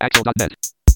Axel.net.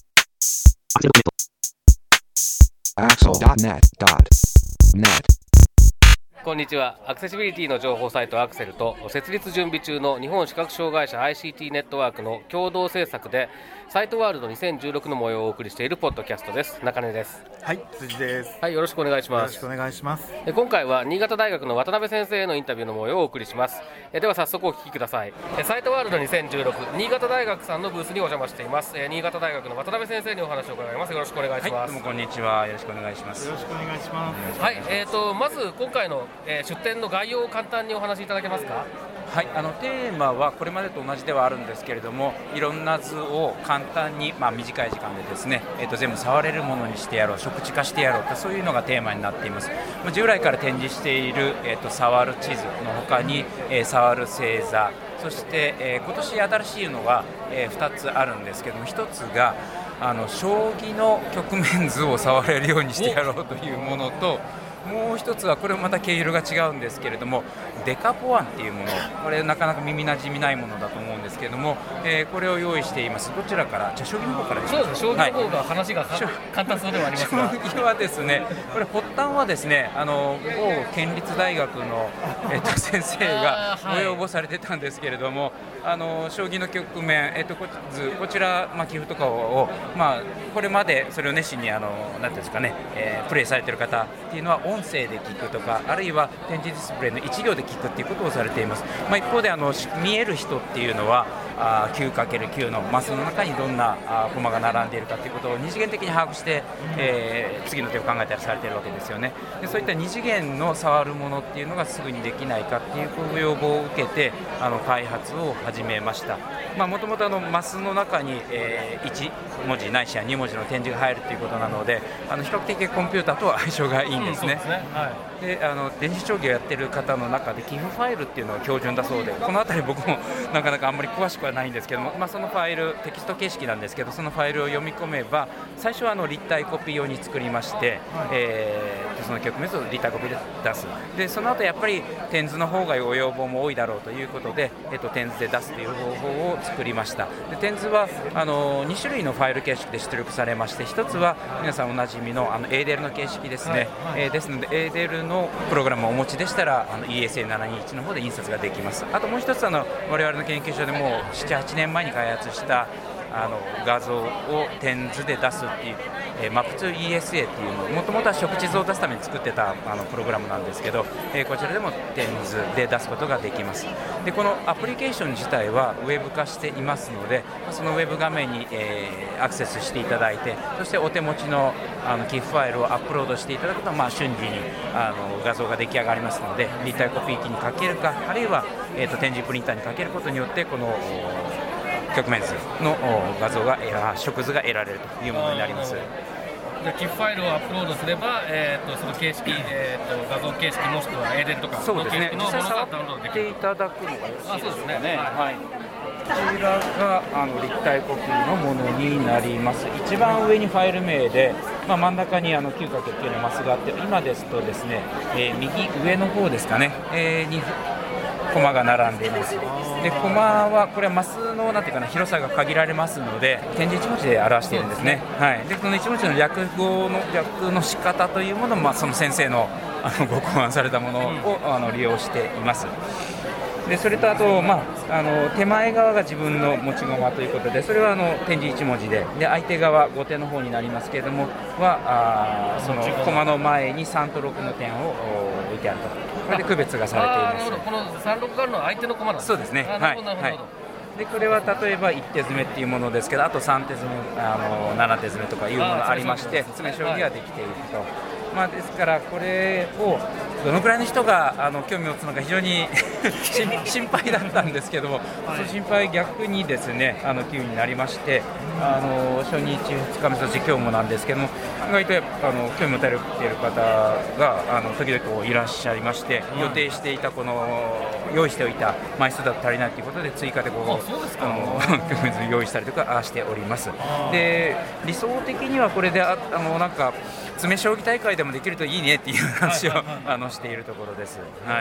Axel.net.net. こんにちは。アクセシビリティの情報サイトアクセルと設立準備中の日本視覚障害者 ICT ネットワークの共同制作でサイトワールド2016の模様をお送りしているポッドキャストです。中根です。 はい、辻です。 はい、よろしくお願いします。 よろしくお願いします。 今回は新潟大学の渡辺先生へのインタビューの模様をお送りします。では早速お聞きください。サイトワールド2016新潟大学さんのブースにお邪魔しています。新潟大学の渡辺先生にお話を伺います。よろしくお願いします。 はい、どうもこんにちは。よろしくお願いします。 よろしくお願いします。 はい、まず今回の、出展の概要を簡単にお話しいただけますか。 はい、テーマはこれまでと同じではあるんですけれども、いろんな図を簡単に、短い時間でですね、全部触れるものにしてやろう、触知化してやろうと、そういうのがテーマになっています。従来から展示している、触る地図の他に、触る星座、そして、今年新しいのが、2つあるんですけども、1つが将棋の局面図を触れるようにしてやろうというものと、もう一つはこれもまた毛色が違うんですけれども、デカポワンっていうもの、これなかなか耳なじみないものだと思うんですけれども、これを用意しています。どちらから、じゃあ将棋の方からですか。 そうですね、将棋の方が話が、簡単そうではありますが、 将棋はですね、これ発端はですね、某県立大学の、先生がご要望されてたんですけれども、将棋の局面、こちら、棋譜とかを、これまでそれを熱心になんていうんですかね、プレイされている方っていうのは音声で聞くとか、あるいは展示ディスプレイの1行で聞くっていうことをされています。一方で見える人っていうのは9×9 のマスの中にどんなコマが並んでいるかということを二次元的に把握して、次の手を考えたりされているわけですよね。でそういった二次元の触るものっていうのがすぐにできないかっていうご要望を受けて開発を始めました。もともとマスの中に、1文字ないしは2文字の点字が入るということなので、比較的コンピューターとは相性がいいんですね。で電子将棋をやっている方の中で棋譜ファイルっていうのが標準だそうで、このあたり僕もなかなかあんまり詳しくはないんですけども、そのファイルテキスト形式なんですけど、そのファイルを読み込めば最初は立体コピー用に作りまして、その局面を立体コピーで出す。でその後やっぱり点図の方がご要望も多いだろうということで、点図で出すという方法を作りました。で点図は2種類のファイル形式で出力されまして、1つは皆さんおなじみのエーデルの形式ですね。ですのでエーデルのプログラムをお持ちでしたらESA721 の方で印刷ができます。あともう一つ我々の研究所でもう 7,8 年前に開発した画像を点図で出すっていう、Map2ESA っていうのもともとは触地図を出すために作ってたプログラムなんですけど、こちらでも点図で出すことができます。でこのアプリケーション自体はウェブ化していますので、そのウェブ画面に、アクセスしていただいて、そしてお手持ちのGIF ファイルをアップロードしていただくと、瞬時に画像が出来上がりますので、立体コピー機にかけるか、あるいは、点字プリンターにかけることによって、この局面図の画像が色図が得られるというものになります。 GIF ファイルをアップロードすれば、その形式、画像形式もしくはエーデルとかそうですね、 のものがダウンロードできる。 いただくのがよろしいですかね。 はい、 こちらが立体コピーのものになります。一番上にファイル名で、真ん中に 9×9 のマスがあって、今ですとですね、右上の方ですかね、にコマが並んでいます。でコマはこれはマスのなんていうかな、広さが限られますので、点字1文字で表しているんですね。でこの1文字の略の仕方というものも、その先生のご考案されたものを利用しています。でそれとあと、手前側が自分の持ち駒ということで、それは点字1文字で、相手側後手の方になりますけれどもその駒の前に3と6の点を置いてあると、これで区別がされています。 この36があるのは相手の駒なんですね。 そうですね。でこれは例えば1手詰めっていうものですけど、あと3手詰め7手詰めとかいうものがありまして、詰め将棋ができていると。ですからこれをどのくらいの人が興味を持つのか非常に心配だったんですけども、その心配逆にですね急になりまして、初日2日目そして今日もなんですけども、意外と興味持たれている方が時々いらっしゃいまして、予定していた用意しておいた枚数だと足りないということで追加で興味用意したりとかしております。で理想的にはこれでなんか詰将棋大会でもできるといいねっていう話をしているところです。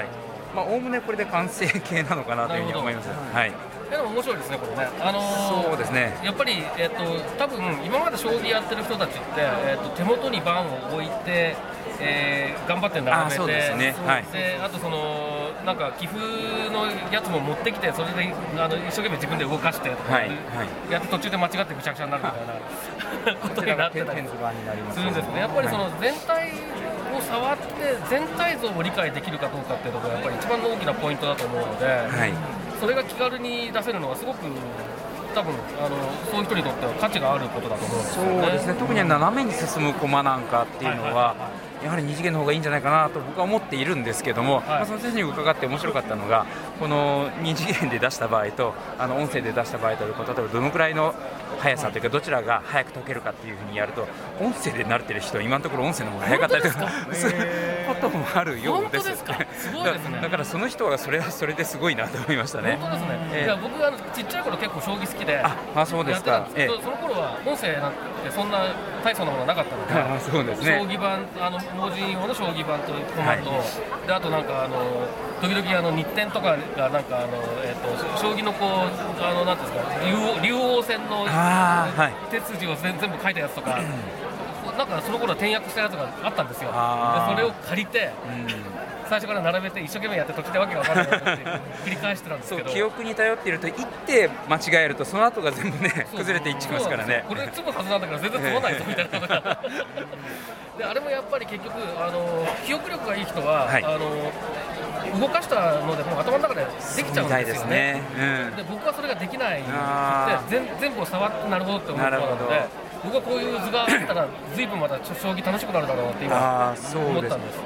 おおむねこれで完成形なのかなというふうに思います。はい。 でも面白いですね、これね。 そうですね。 やっぱり、多分今まで将棋やってる人たちって、手元に盤を置いて、頑張って並べて、 そうですね。はい。 で、あとなんか棋譜のやつも持ってきて、それで一生懸命自分で動かしてとか、 はいはい、 やって途中で間違ってぐちゃぐちゃになるみたいなことになってたりするんですけど、やっぱり全体を触って全体像を理解できるかどうかっていうのがやっぱり一番の大きなポイントだと思うので。はい、それが気軽に出せるのはすごく多分そういう人にとっては価値があることだと思うんですよね。 そうですね。特に斜めに進む駒なんかっていうのは、やはり2次元の方がいいんじゃないかなと僕は思っているんですけども、その先生に伺って面白かったのが、この2次元で出した場合と音声で出した場合と例えばどのくらいの速さというかどちらが速く解けるかっていうふうにやると、音声で慣れてる人は今のところ音声の方が速かったりとかそういうこともあるようです。 すごいですね。 だからその人はそれはそれですごいなと思いましたね。 本当ですね。いや僕ちっちゃい頃結構将棋好きでそうですか。 その頃は音声なんてそんな大層なものなかったので、 そうですね。 将棋盤盲人用の将棋盤というコマと、であとなんか時々日展とかがなんか将棋のなんていうんですか竜王戦の手筋を全部書いたやつとか。なんかその頃転訳したやつがあったんですよ。でそれを借りて、最初から並べて一生懸命やって途中でわけが分からないって繰り返してたんですけど、 記憶に頼っていると一手間違えるとその後が全部ね崩れていっちゃいますからね。 これ積むはずなんだから全然積まないぞみたいなことがであれもやっぱり結局記憶力がいい人は、動かしたのでもう頭の中でできちゃうんですよね。で僕はそれができないので全部を触ってなるほどって思うので。僕はこういう図があったら随分また将棋楽しくなるだろうなって今思ったんです。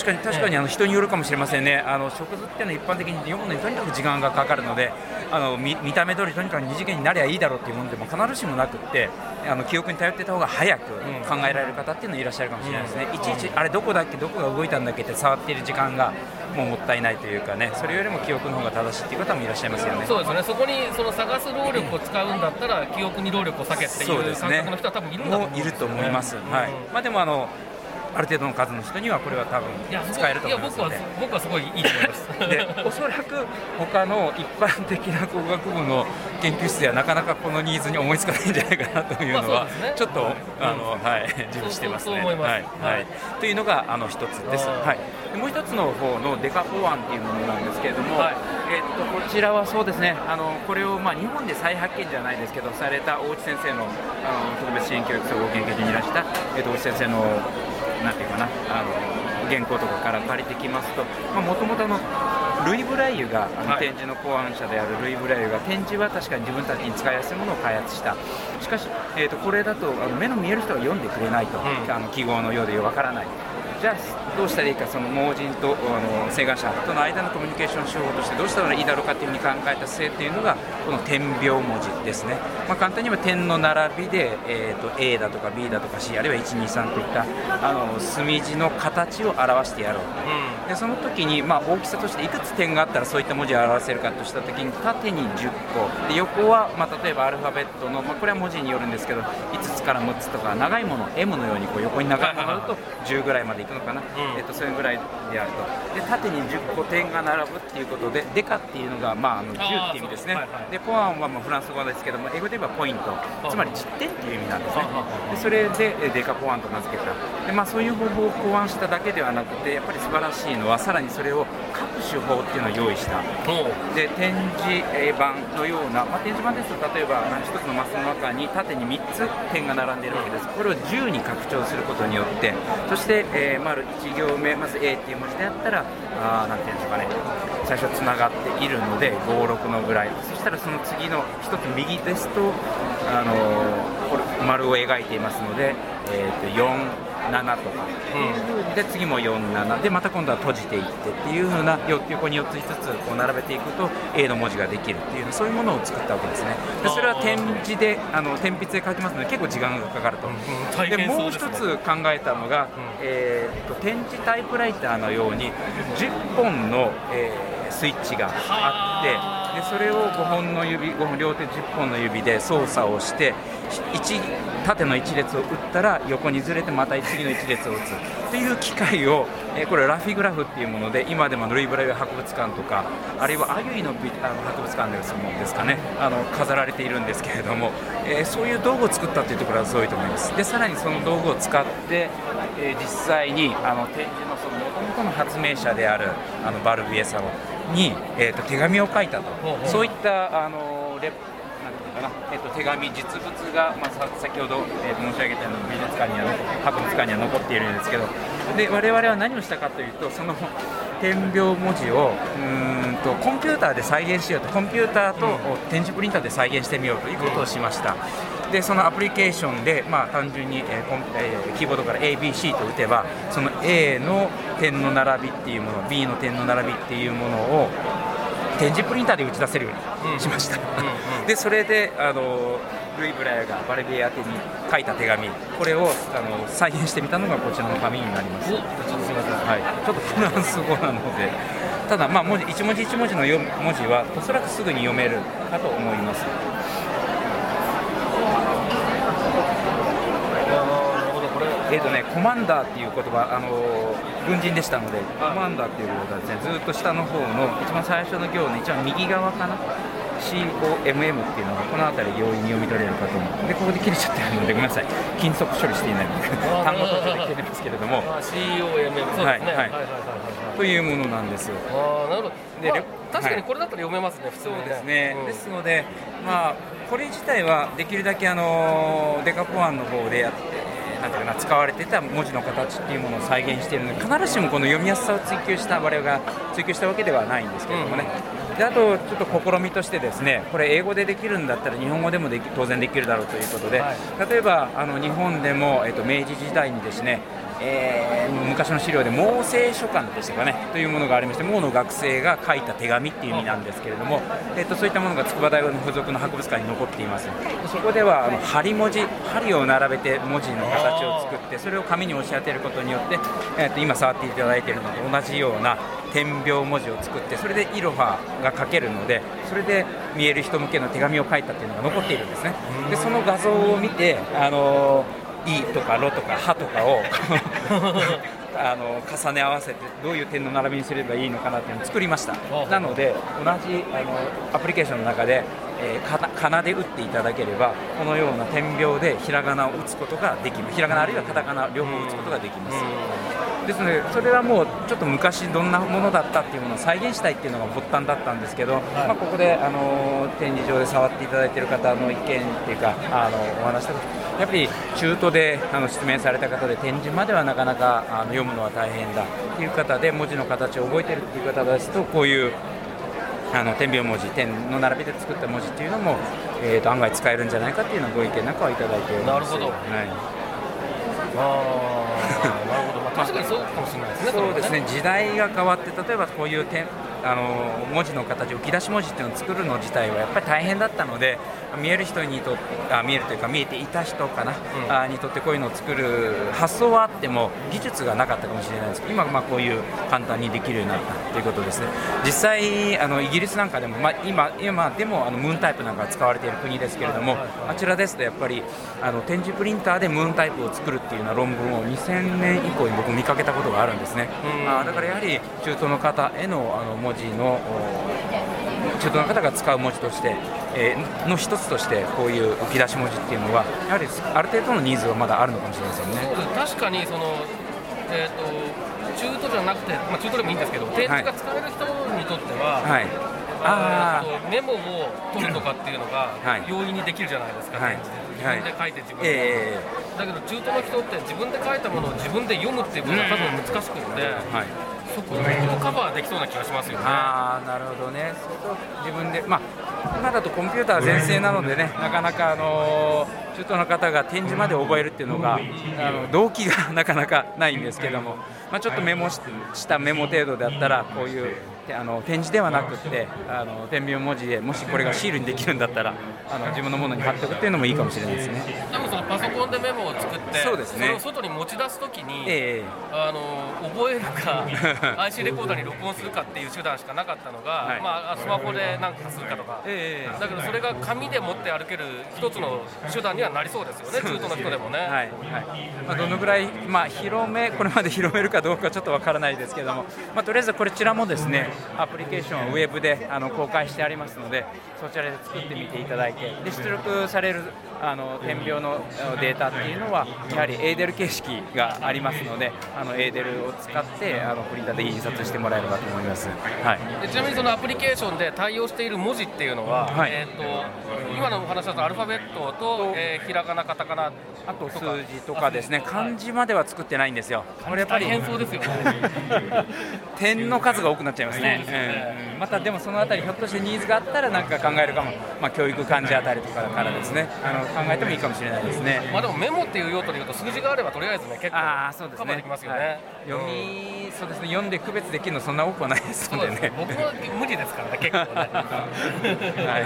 確かに人によるかもしれませんね。食図っていうのは一般的に読むのにとにかく時間がかかるので見た目通りとにかく二次元になりゃいいだろうっていうものでも必ずしもなくって記憶に頼ってた方が早く考えられる方っていうのいらっしゃるかもしれないですね。いちいちあれどこだっけどこが動いたんだっけって触っている時間がもうもったいないというかね、それよりも記憶の方が正しいっていう方もいらっしゃいますよね。 そうですね。そこに探す労力を使うんだったら記憶に労力を割けっていう感覚の人は多分いるんだと思うんですよね。 いると思います。でもある程度の数の人にはこれは多分使えると思いますので、 僕はすごいいいと思いますでおそらく他の一般的な工学部の研究室ではなかなかこのニーズに思いつかないんじゃないかなというのはちょっと自負してますね。というのが一つです。もう一つの方のデカ法案っていうものなんですけれども、こちらはそうですね、これを日本で再発見じゃないですけどされた大内先生の特別支援教育総合研究所にいらした大内先生のなんていうかな原稿とかから借りてきますと、もともとルイ・ブライユが展示の考案者であるルイ・ブライユが展示は確かに自分たちに使いやすいものを開発した。しかし、これだと目の見える人が読んでくれないと、記号のようでわからない。じゃあどうしたらいいか、その盲人と晴眼者との間のコミュニケーション手法としてどうしたらいいだろうかというふうに考えた末というのがこの点描文字ですね。簡単に言えば点の並びで、A だとか B だとか C あるいは123といった墨字の形を表してやろう、でその時に大きさとしていくつ点があったらそういった文字を表せるかとした時に縦に10個で横は、例えばアルファベットの、これは文字によるんですけど5つから6つとか長いもの M のように横に長いものだと10ぐらいまでいくのかな、それぐらいであると。で縦に10個点が並ぶっていうことでデカっていうのが、10っていう意味ですね。でポアンはフランス語ですけども英語で言えばポイント、つまり10点っていう意味なんですね。でそれでデカポアンと名付けた。で、そういう方法を考案しただけではなくてやっぱり素晴らしいのはさらにそれを書く手法っていうのを用意した。で展示板のような、展示板ですと例えば一つのマスの中に縦に3つ点が並んでいるわけです。これを10に拡張することによってそして、丸1行目まず A っていう文字であったらなんていうんですかね、最初つながっているので56のぐらい、そしたらその次の一つ右ですとこれ丸を描いていますので、47とかっていう風にで次も47でまた今度は閉じていってっていう風な横に4つ5つこう並べていくと A の文字ができるっていうそういうものを作ったわけですね。でそれは点字で点筆で書きますので結構時間がかかると。でもう一つ考えたのが、点字タイプライターのように10本のスイッチがあってでそれを5本両手10本の指で操作をして縦の1列を打ったら横にずれてまた次の1列を打つという機械を、これラフィグラフっていうもので今でもルイ・ブライユ博物館とかあるいはアユイの博物館ですかね飾られているんですけれども、そういう道具を作ったというところはすごいと思います。でさらにその道具を使って、実際に展示のもともとの発明者であるバルビエサロに、手紙を書いたと、そういった手紙、実物が、先ほど、申し上げたように美術館には博物館には残っているんですけど、で我々は何をしたかというとその点描文字をコンピューターで再現しようと、コンピューターと点字プリンターで再現してみようということをしました。でそのアプリケーションで、単純に、キーボードから ABC と打てばその A の点の並びっていうもの B の点の並びっていうものを点字プリンターで打ち出せるようにしました。でそれでルイ・ブライユがバルビエ宛てに書いた手紙、これを再現してみたのがこちらの紙になります。ちょっとフランス語なので、ただ一文字一文字の文字はおそらくすぐに読めるかと思います。コマンダーっていう言葉、軍人でしたので、コマンダーっていうことはですね、ずっと下の方の一番最初の行の一番右側かな、COMM っていうのがこの辺り容易に読み取れるかと思う。でここで切れちゃってるのでごめんなさい、金属処理していないので単語として切れますけれども、 COMM そうですね、 というものなんですよ。 なるほど。で確かにこれだったら読めますね、普通にね。そうですね。ですので、これ自体はできるだけデカポアンの方で使われていた文字の形っていうものを再現しているので、必ずしもこの読みやすさを我々が追求したわけではないんですけれどもね。であとちょっと試みとしてですね、これ英語でできるんだったら日本語でも当然できるだろうということで、例えば日本でも、明治時代にですね、昔の資料で毛聖書簡でしたかねというものがありまして、毛の学生が書いた手紙っていう意味なんですけれども、そういったものが筑波大学の付属の博物館に残っています。そこでは針を並べて文字の形を作って、それを紙に押し当てることによって、今触っていただいているのと同じような点描文字を作って、それでイロハが書けるので、それで見える人向けの手紙を書いたというのが残っているんですね。でその画像を見てイとかロとかハとかを重ね合わせてどういう点の並びにすればいいのかなっていうのを作りました。なので同じアプリケーションの中で、かなで打っていただければこのような点描でひらがなを打つことができます。ひらがなあるいはカタカナ両方打つことができます。ですのでそれはもうちょっと昔どんなものだったっていうものを再現したいっていうのが発端だったんですけど、ここで展示場で触っていただいている方の意見っていうかお話とか、やっぱり中途で出名された方で展示まではなかなか読むのは大変だっていう方で、文字の形を覚えているっていう方ですと、こういう点描文字、点の並びで作った文字っていうのも、案外使えるんじゃないかっていうようなご意見なんかはいただいております。 なるほど。なるほど。確かにそうかもしれないですね。 そうですね。時代が変わって、例えばこういう文字の形、浮き出し文字っていうのを作るの自体はやっぱり大変だったので、見える人にとって見えるというか見えていた人かな、にとってこういうのを作る発想はあっても技術がなかったかもしれないですけど、今こういう簡単にできるようになったということですね。実際イギリスなんかでも、今でもムーンタイプなんかが使われている国ですけれども、あちらですとやっぱり点字プリンターでムーンタイプを作るっていうような論文を2000年以降に僕見かけたことがあるんですね。だからやはり中東の方への文字の中東の方が使う文字として、の一つとしてこういう浮き出し文字っていうのはやはりある程度のニーズはまだあるのかもしれませんね。 確かに中途じゃなくて、中途でもいいんですけど、点字が使える人にとっては、メモを取るとかっていうのが容易にできるじゃないですか、点字で自分で書いて自分で、だけど中途の人って自分で書いたものを自分で読むっていうことが多分難しくて、そこをカバーできそうな気がしますよね。 なるほどね。そう自分で、今だとコンピューター全盛なのでね、なかなか中東の方が点字まで覚えるっていうのが動機がなかなかないんですけども、ちょっとメモしたメモ程度だったらこういう点字ではなくって点描文字で、もしこれがシールにできるんだったら自分のものに貼っておくっていうのもいいかもしれないですね。 多分そのパソコンでメモを作ってってそうですね、 それを外に持ち出すときに、 え覚えるかIC レコーダーに録音するかっていう手段しかなかったのが、 はいまあ、スマホで何かするかとか、だけどそれが紙で持って歩ける一つの手段にはなりそうですよね、中東の人でもね。 はいはい、まあ、どのぐらい、まあ、これまで広めるかどうかちょっとわからないですけども、まあ、とりあえずこちらもですねアプリケーションをウェブで公開してありますので、そちらで作ってみていただいて、で出力される点描のデータっていうのはやはりエーデル形式がありますので、エーデルを使ってプリンターで印刷してもらえればと思います。はい、 でちなみにそのアプリケーションで対応している文字っていうのは、 はい、 今のお話だとアルファベットと、ひらがなカタカナ、 あと数字とかですね、漢字までは作ってないんですよ。これやっぱり大変そうですよね点の数が多くなっちゃいますね。またでもそのあたりひょっとしてニーズがあったら何か考えるかも、まあ、教育漢字あたりとかからですね考えてもいいかもしれないですね。 まあでもメモっていう用途で言うと数字があればとりあえずね結構カバーできますよね。 はい、そうですね、読んで区別できるのそんな多くはないですのでね。 僕は無理ですからね結構ねはい、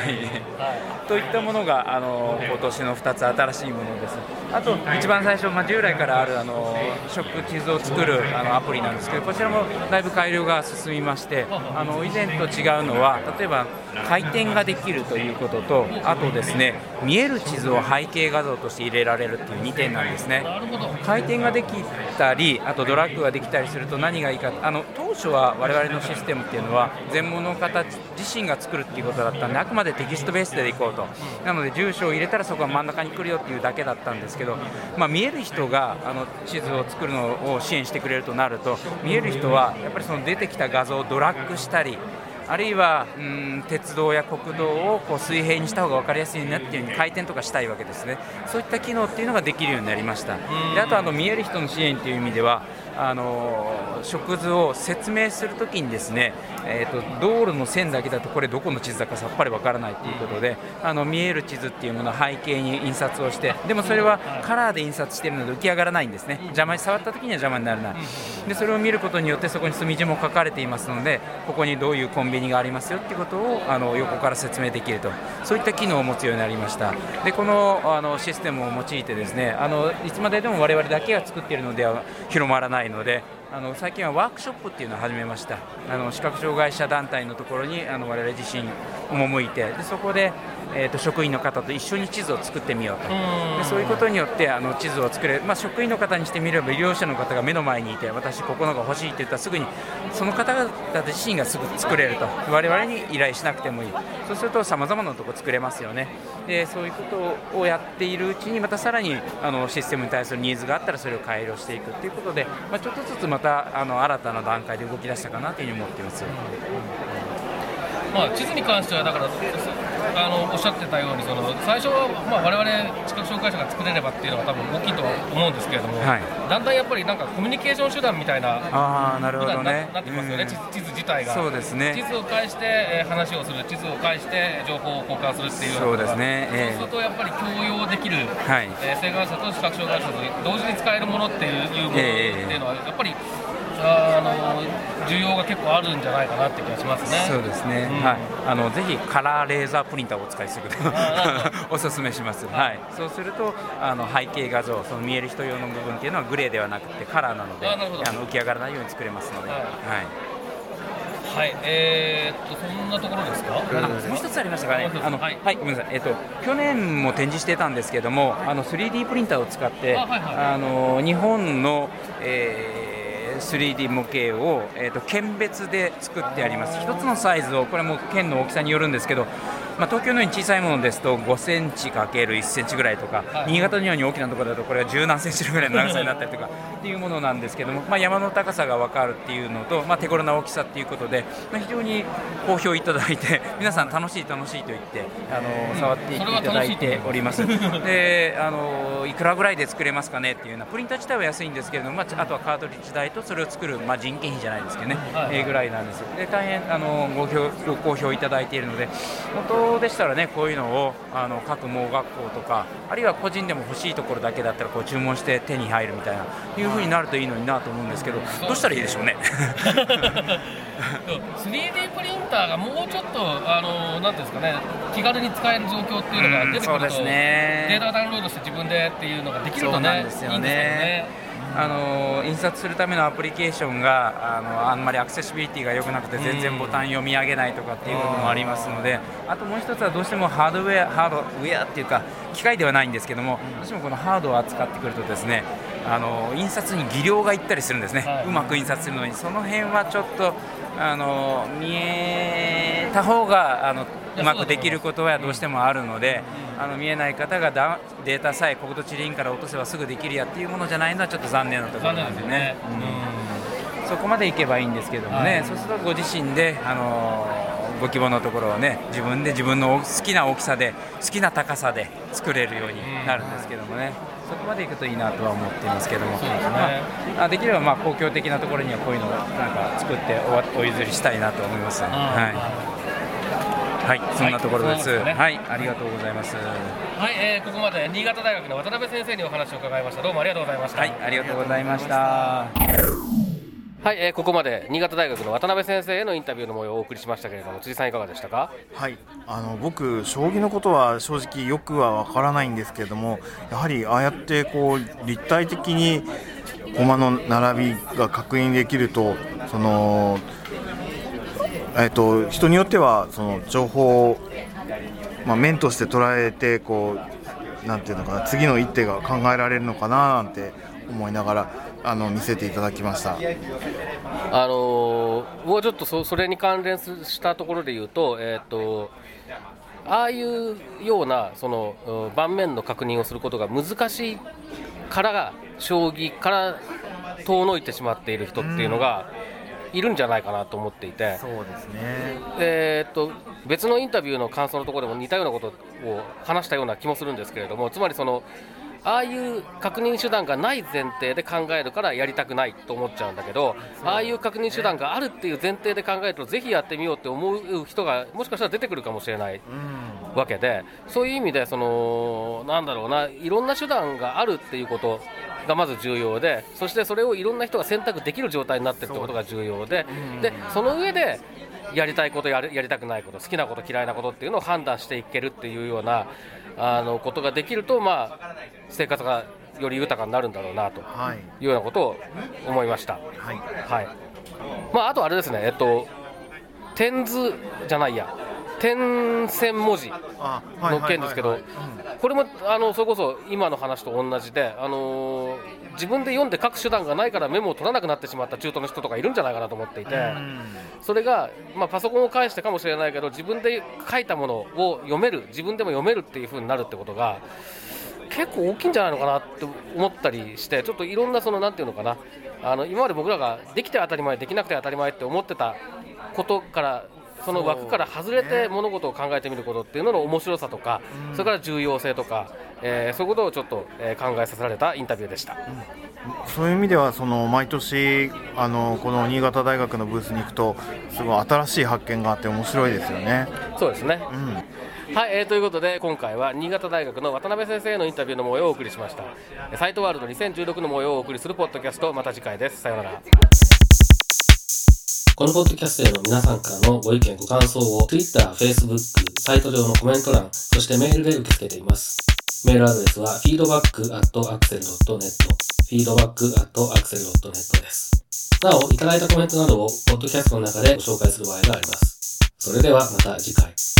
といったものが今年の2つ新しいものです。あと一番最初、まあ、従来からある食地図を作るアプリなんですけど、こちらもだいぶ改良が進みまして、以前と違うのは例えば回転ができるということと、あとですね見える地図を背景画像として入れられるっていう2点なんですね。回転ができたり、あとドラッグができたりすると何がいいか、当初は我々のシステムっていうのは全盲の方自身が作るっていうことだったんで、あくまでテキストベースでいこうと。なので住所を入れたらそこが真ん中に来るよっていうだけだったんですけど、まあ、見える人が地図を作るのを支援してくれるとなると、見える人はやっぱりその出てきた画像をドラッグしたり、あるいは鉄道や国道をこう水平にした方が分かりやすいなっていう風に回転とかしたいわけですね。そういった機能っていうのができるようになりました。であと見える人の支援という意味では食図を説明するときにですね、道路の線だけだとこれどこの地図だかさっぱりわからないということで、見える地図っていうものを背景に印刷をして、でもそれはカラーで印刷しているので浮き上がらないんですね。触ったときには邪魔にならない。でそれを見ることによってそこに墨字も書かれていますので、ここにどういうコンビニがありますよっていうことを横から説明できると、そういった機能を持つようになりました。でこのシステムを用いてですね、いつまででも我々だけが作っているのでは広まらないので、最近はワークショップっていうのを始めました。視覚障害者団体のところに我々自身赴いて、でそこで、職員の方と一緒に地図を作ってみようと。でそういうことによって地図を作れる、職員の方にしてみれば医療者の方が目の前にいて、私ここのが欲しいって言ったらすぐにその方々自身がすぐ作れると、我々に依頼しなくてもいい。そうするとさまざまなところ作れますよね。でそういうことをやっているうちにまたさらにシステムに対するニーズがあったらそれを改良していくということで、ちょっとずつまた新たな段階で動き出したかなというふうに思っています。 地図に関してはだからおっしゃってたように最初は我々視覚障害者が作れればっていうのが多分大きいとは思うんですけれども、だんだんやっぱりなんかコミュニケーション手段みたいななるほど、ね、 なってますよね、地図自体が。 そうですね、 地図を介して、話をする、地図を介して情報を交換するっていうような、 そうですね、 そうするとやっぱり共用できる、性がん者と視覚障害者と同時に使えるものっていうものっていうのはやっぱり需要が結構あるんじゃないかなって気がしますね。 そうですね、ぜひカラーレーザープリンターをお使いするおすすめします。そうすると背景画像、その見える人用の部分っていうのはグレーではなくてカラーなので浮き上がらないように作れますので。 そんなところですか。 もう一つありましたかね。ごめんなさい。去年も展示してたんですけども、3D プリンターを使って日本の3D 模型を、県別で作ってあります。一つのサイズを、これも県の大きさによるんですけど、東京のように小さいものですと5センチ ×1 センチぐらいとか、新潟のように大きなところだとこれが10何センチぐらいの長さになったりとかっていうものなんですけども、山の高さが分かるっていうのと、手頃な大きさっていうことで、非常に好評いただいて、皆さん楽しいと言って触っていただいております。でいくらぐらいで作れますかねっていうような、プリンター自体は安いんですけれども、あとはカートリッジ代とそれを作る、人件費じゃないですけどね、ぐらいなんです。で大変ご好評いただいているので、本当でしたらね、こういうのを各盲学校とか、あるいは個人でも欲しいところだけだったら注文して手に入るみたいないう風になるといいのになと思うんですけど、どうしたらいいでしょうね。 3D プリンターがもうちょっとなんていうんですかね、 気軽に使える状況っていうのが出てくると、 そうですね、 データダウンロードして自分でっていうのができるとそうなね、 んですよね。 いいんですよね。 印刷するためのアプリケーションがあんまりアクセシビリティが良くなくて全然ボタン読み上げないとかっていうこともありますので、あともう一つはどうしてもハードウェアっていうか機械ではないんですけども、どうしてもこのハードを扱ってくるとですね、印刷に技量がいったりするんですね、 はい、 うまく印刷するのにその辺はちょっと見えた方がうまくできることはどうしてもあるので、見えない方がデータさえ国土地理院から落とせばすぐできるやっていうものじゃないのはちょっと残念なところなんでね、そこまでいけばいいんですけどもね、そうするとご自身で、ご希望のところをね自分で自分の好きな大きさで好きな高さで作れるようになるんですけどもね、そこまでいくといいなとは思っていますけども、できれば公共的なところにはこういうのをなんか作ってお譲りしたいなと思います。はい、そんなところです。はい、ありがとうございます。 はい、ここまで新潟大学の渡辺先生にお話を伺いました。どうもありがとうございました。 はい、ありがとうございました。 はい、ここまで新潟大学の渡辺先生へのインタビューの模様をお送りしましたけれども、辻さんいかがでしたか？ はい、僕将棋のことは正直よくはわからないんですけれども、やはりああやってこう立体的に駒の並びが確認できると、その人によってはその情報を、面として捉えてこうなんていうのかな、次の一手が考えられるのかななんて思いながら見せていただきました。 もうちょっとそれに関連したところで言うと、ああいうようなその盤面の確認をすることが難しいからが将棋から遠のいてしまっている人っていうのがいるんじゃないかなと思っていて、 そうですね。 別のインタビューの感想のところでも似たようなことを話したような気もするんですけれども、つまりああいう確認手段がない前提で考えるからやりたくないと思っちゃうんだけど、ああいう確認手段があるっていう前提で考えるとぜひやってみようって思う人がもしかしたら出てくるかもしれないわけで、そういう意味でなんだろうな、いろんな手段があるっていうことがまず重要で、そしてそれをいろんな人が選択できる状態になっているってことが重要で、その上でやりたいことやりたくないこと、好きなこと嫌いなことっていうのを判断していけるっていうようなことができると、生活がより豊かになるんだろうなというようなことを思いました。はいはい、あとあれですね、点図じゃないや点線文字の件ですけど、これもそれこそ今の話と同じで、自分で読んで書く手段がないからメモを取らなくなってしまった中途の人とかいるんじゃないかなと思っていて、それが、パソコンを介してかもしれないけど自分で書いたものを読める、自分でも読めるっていう風になるってことが結構大きいんじゃないのかなって思ったりして、ちょっといろんななんていうのかな、今まで僕らができて当たり前できなくて当たり前って思ってたことから、その枠から外れて物事を考えてみることっていうのの面白さとか、それから重要性とか、そういうことをちょっと、考えさせられたインタビューでした。 そういう意味では毎年この新潟大学のブースに行くとすごい新しい発見があって面白いですよね。 そうですね、はい、ということで今回は新潟大学の渡辺先生へのインタビューの模様をお送りしました。サイトワールド2016の模様をお送りするポッドキャスト、また次回です。さようなら。このポッドキャストへの皆さんからのご意見ご感想を Twitter、Facebook、サイト上のコメント欄、そしてメールで受け付けています。メールアドレスは feedback@axel.net feedback@axel.net です。なお、いただいたコメントなどをポッドキャストの中でご紹介する場合があります。それではまた次回。